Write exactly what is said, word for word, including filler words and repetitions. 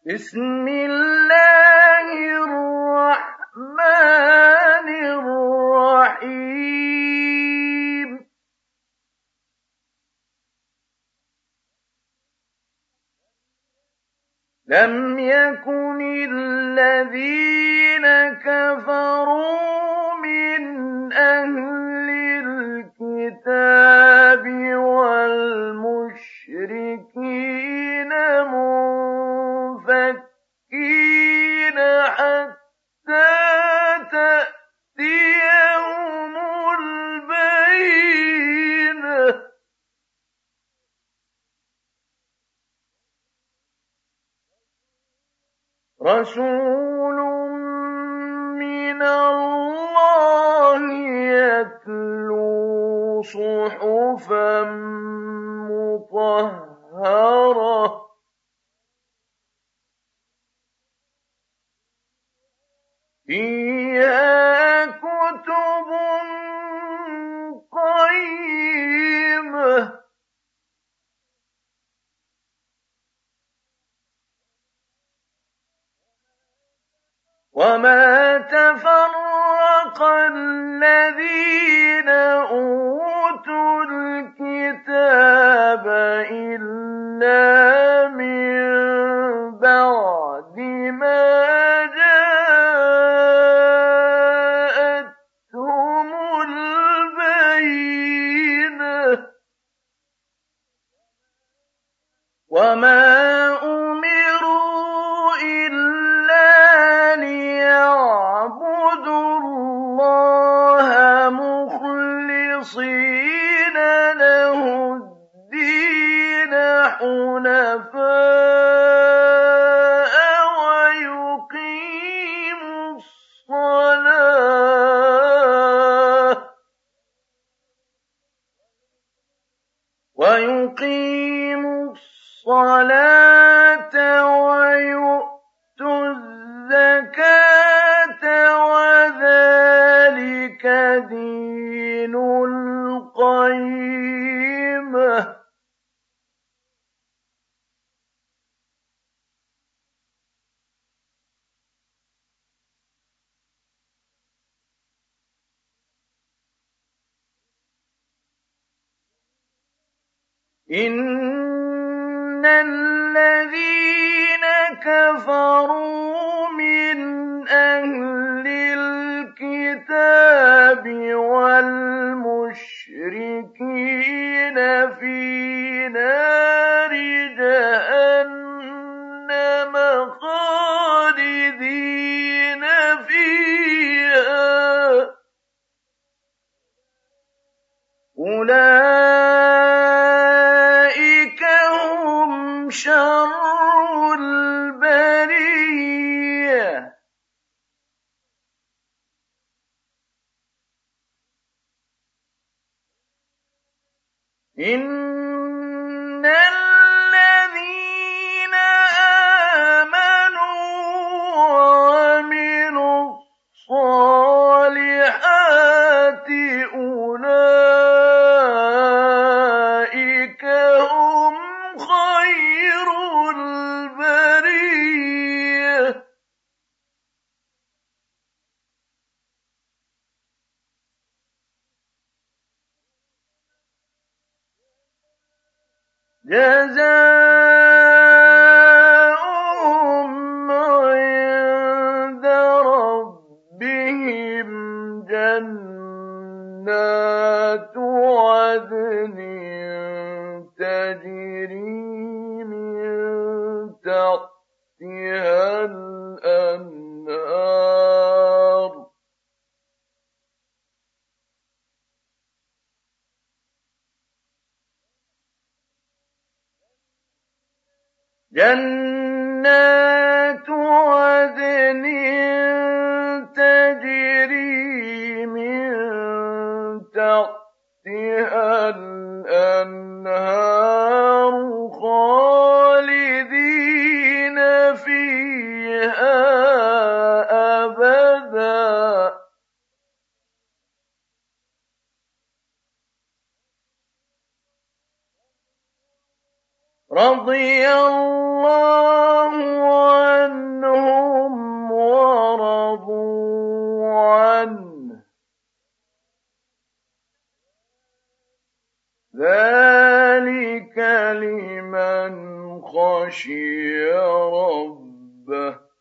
بسم الله الرحمن الرحيم لم يكن الذين كفروا من أهل الكتاب والمشركين منفكين حتى تأتيهم البينة رسول من الله يتلو صحفا مطهرة فيها كتب قيمة وما تفرق الذين أوتوا الكتاب إلا من بعد ما جاءتهم البينة وما أمروا إلا ليعبدوا الله مخلصين له الدين حنفاء ويقيموا الصلاة ويقيموا الصلاة ويؤتوا الزكاة وذلك دين القيمة إن الذين كفروا من أهل الكتاب والمشركين في نار جهنم خالدين فيها أولئك هم شر البرية إن الذين آمنوا وعملوا الصالحات أولئك هم خير البرية جزاؤهم عند ربهم جنات عدن تجري من تحتها الأنهار جنات عدن تجري من تحتها الأنهار خالدين فيها أبدا رضي الله ذلك لمن خشي ربه